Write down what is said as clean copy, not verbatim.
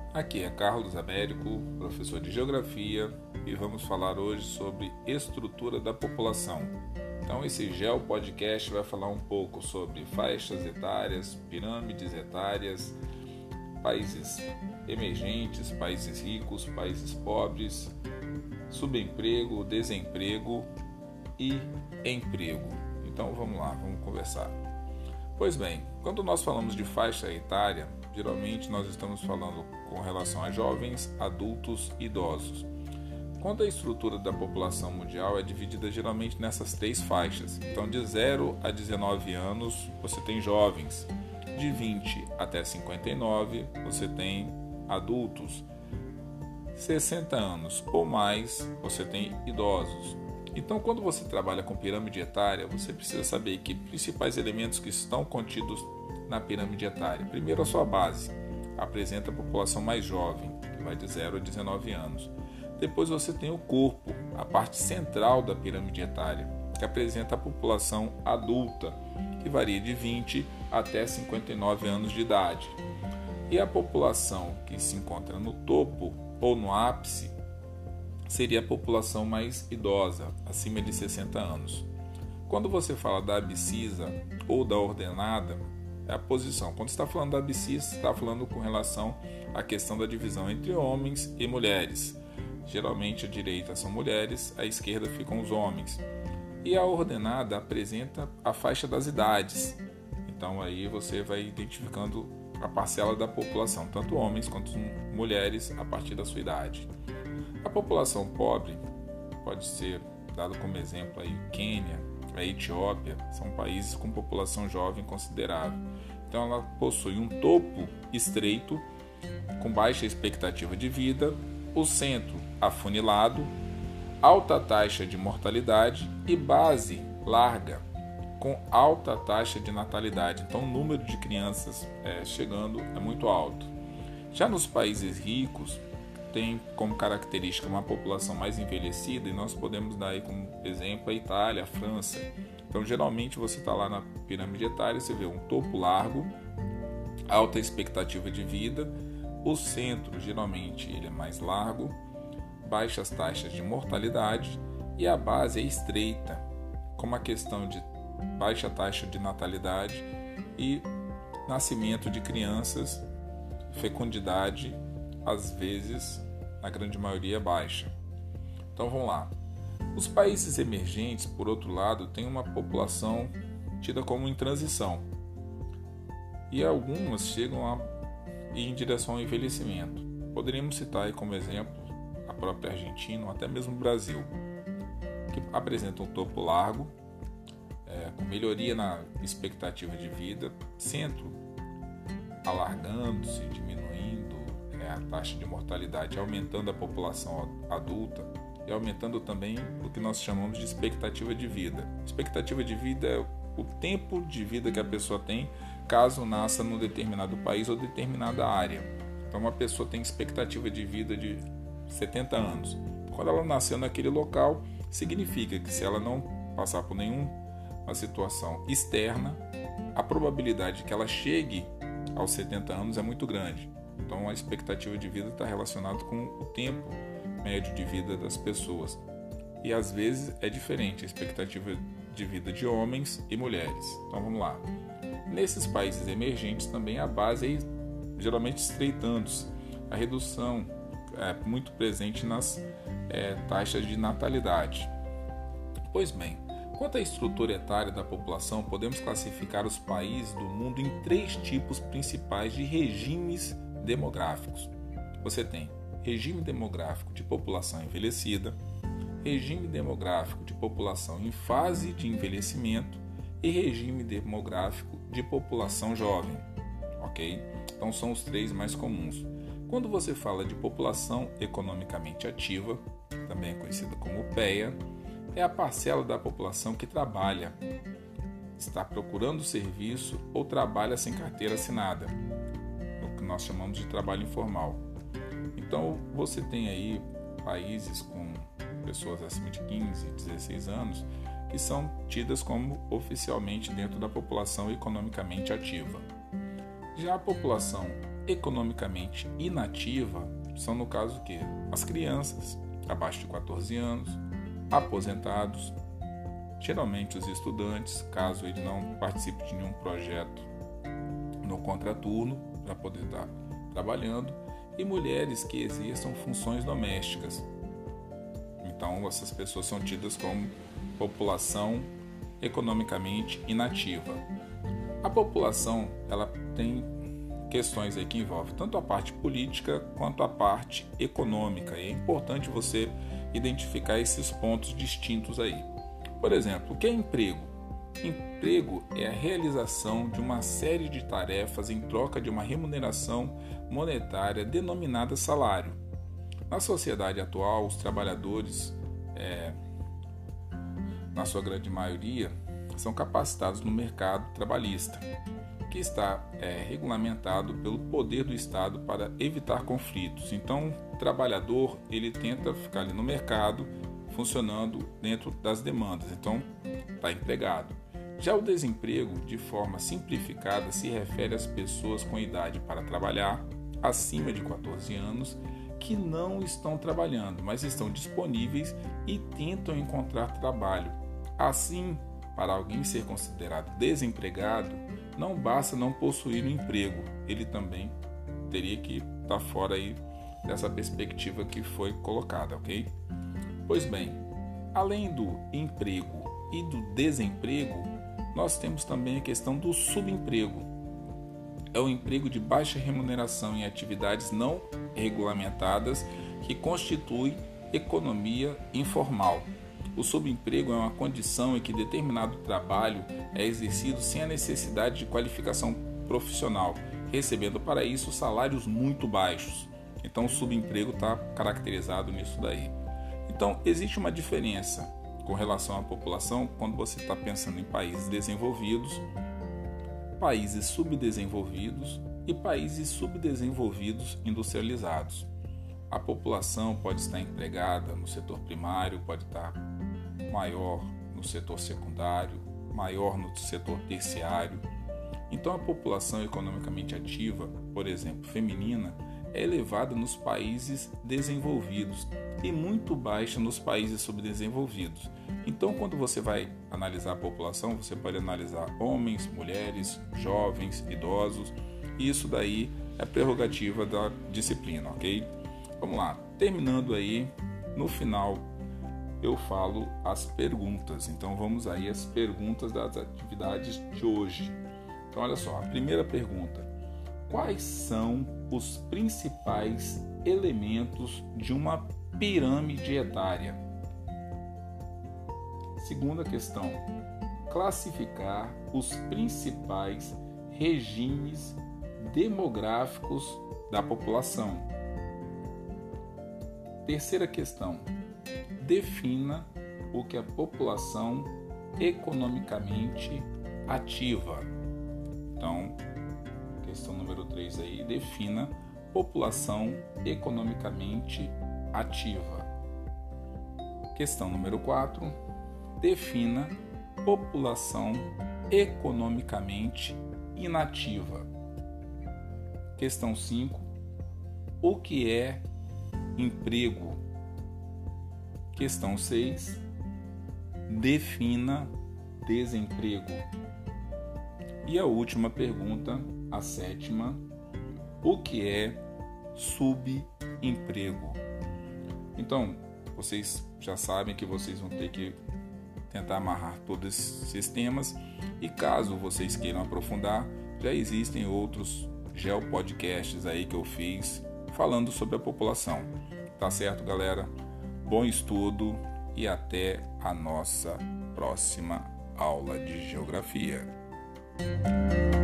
Aqui é Carlos Américo, professor de Geografia, e vamos falar hoje sobre estrutura da população. Então esse GeoPodcast vai falar um pouco sobre faixas etárias, pirâmides etárias, países emergentes, países ricos, países pobres, subemprego, desemprego e emprego. Então vamos lá, vamos conversar. Pois bem, quando nós falamos de faixa etária, geralmente nós estamos falando com relação a jovens, adultos e idosos. Quando a estrutura da população mundial é dividida geralmente nessas três faixas. Então, de 0 a 19 anos, você tem jovens. De 20 até 59, você tem adultos. 60 anos ou mais, você tem idosos. Então, quando você trabalha com pirâmide etária, você precisa saber que principais elementos que estão contidos na pirâmide etária. Primeiro, a sua base apresenta a população mais jovem, que vai de 0 a 19 anos. Depois você tem o corpo, a parte central da pirâmide etária, que apresenta a população adulta, que varia de 20 até 59 anos de idade. E a população que se encontra no topo ou no ápice seria a população mais idosa, acima de 60 anos. Quando você fala da abscissa ou da ordenada, é a posição. Quando está falando da abscissa, está falando com relação à questão da divisão entre homens e mulheres. Geralmente a direita são mulheres, a esquerda ficam os homens. E a ordenada apresenta a faixa das idades. Então aí você vai identificando a parcela da população, tanto homens quanto mulheres, a partir da sua idade. A população pobre pode ser dado como exemplo aí Quênia, a Etiópia, são países com população jovem considerável. Então ela possui um topo estreito, com baixa expectativa de vida, o centro afunilado, alta taxa de mortalidade e base larga, com alta taxa de natalidade. Então o número de crianças chegando é muito alto. Já nos países ricos, tem como característica uma população mais envelhecida, e nós podemos dar aí como exemplo a Itália, a França. Então geralmente você está lá na pirâmide etária, você vê um topo largo, alta expectativa de vida, o centro geralmente ele é mais largo, baixas taxas de mortalidade, e a base é estreita, com uma questão de baixa taxa de natalidade e nascimento de crianças, fecundidade às vezes, na grande maioria, baixa. Então vamos lá. Os países emergentes, por outro lado, têm uma população tida como em transição. E algumas chegam a ir em direção ao envelhecimento. Poderíamos citar aí como exemplo a própria Argentina ou até mesmo o Brasil, que apresentam um topo largo, com melhoria na expectativa de vida, centro alargando-se, diminuindo a taxa de mortalidade, aumentando a população adulta e aumentando também o que nós chamamos de expectativa de vida. Expectativa de vida é o tempo de vida que a pessoa tem caso nasça num determinado país ou determinada área. Então uma pessoa tem expectativa de vida de 70 anos. Quando ela nasceu naquele local, significa que se ela não passar por nenhuma situação externa, a probabilidade que ela chegue aos 70 anos é muito grande. Então a expectativa de vida está relacionada com o tempo médio de vida das pessoas. E às vezes é diferente a expectativa de vida de homens e mulheres. Então vamos lá. Nesses países emergentes também a base é geralmente estreitando-se. A redução é muito presente nas taxas de natalidade. Pois bem, quanto à estrutura etária da população, podemos classificar os países do mundo em três tipos principais de regimes demográficos. Você tem regime demográfico de população envelhecida, regime demográfico de população em fase de envelhecimento e regime demográfico de população jovem, ok? Então são os três mais comuns. Quando você fala de população economicamente ativa, também é conhecida como PEA, é a parcela da população que trabalha, está procurando serviço ou trabalha sem carteira assinada, o que nós chamamos de trabalho informal. Então você tem aí países com pessoas acima de 15, 16 anos que são tidas como oficialmente dentro da população economicamente ativa. Já a população economicamente inativa são, no caso, o quê? As crianças abaixo de 14 anos, aposentados, geralmente os estudantes, caso ele não participe de nenhum projeto no contraturno para poder estar trabalhando, e mulheres que exerçam funções domésticas. Então, essas pessoas são tidas como população economicamente inativa. A população, ela tem questões aí que envolvem tanto a parte política quanto a parte econômica, e é importante você identificar esses pontos distintos aí. Por exemplo, o que é emprego? Emprego é a realização de uma série de tarefas em troca de uma remuneração monetária denominada salário. Na sociedade atual, os trabalhadores, na sua grande maioria, são capacitados no mercado trabalhista, que está regulamentado pelo poder do Estado para evitar conflitos. Então, o trabalhador ele tenta ficar ali no mercado, funcionando dentro das demandas. Então, está empregado. Já o desemprego, de forma simplificada, se refere às pessoas com idade para trabalhar, acima de 14 anos, que não estão trabalhando, mas estão disponíveis e tentam encontrar trabalho. Assim, para alguém ser considerado desempregado, não basta não possuir um emprego, ele também teria que estar fora aí dessa perspectiva que foi colocada, ok? Pois bem, além do emprego e do desemprego, nós temos também a questão do subemprego. É o emprego de baixa remuneração em atividades não regulamentadas que constitui economia informal. O subemprego é uma condição em que determinado trabalho é exercido sem a necessidade de qualificação profissional, recebendo para isso salários muito baixos. Então o subemprego está caracterizado nisso daí. Então existe uma diferença com relação à população quando você está pensando em países desenvolvidos, países subdesenvolvidos e países subdesenvolvidos industrializados. A população pode estar empregada no setor primário, pode estar maior no setor secundário, maior no setor terciário. Então a população economicamente ativa, por exemplo, feminina, é elevada nos países desenvolvidos e muito baixa nos países subdesenvolvidos. Então, quando você vai analisar a população, você pode analisar homens, mulheres, jovens, idosos, e isso daí é prerrogativa da disciplina, ok? Vamos lá, terminando aí, no final eu falo as perguntas. Então vamos aí às perguntas das atividades de hoje. Então olha só, a primeira pergunta: quais são os principais elementos de uma pirâmide etária? Segunda questão: classificar os principais regimes demográficos da população. Terceira questão: defina o que é população economicamente ativa. Então, questão número 3 aí, defina população economicamente ativa. Questão número 4, defina população economicamente inativa. Questão 5, o que é emprego? Questão 6, defina desemprego. E a última pergunta, a sétima, o que é subemprego? Então, vocês já sabem que vocês vão ter que tentar amarrar todos esses temas, e caso vocês queiram aprofundar, já existem outros geopodcasts aí que eu fiz falando sobre a população. Tá certo, galera? Bom estudo e até a nossa próxima aula de geografia.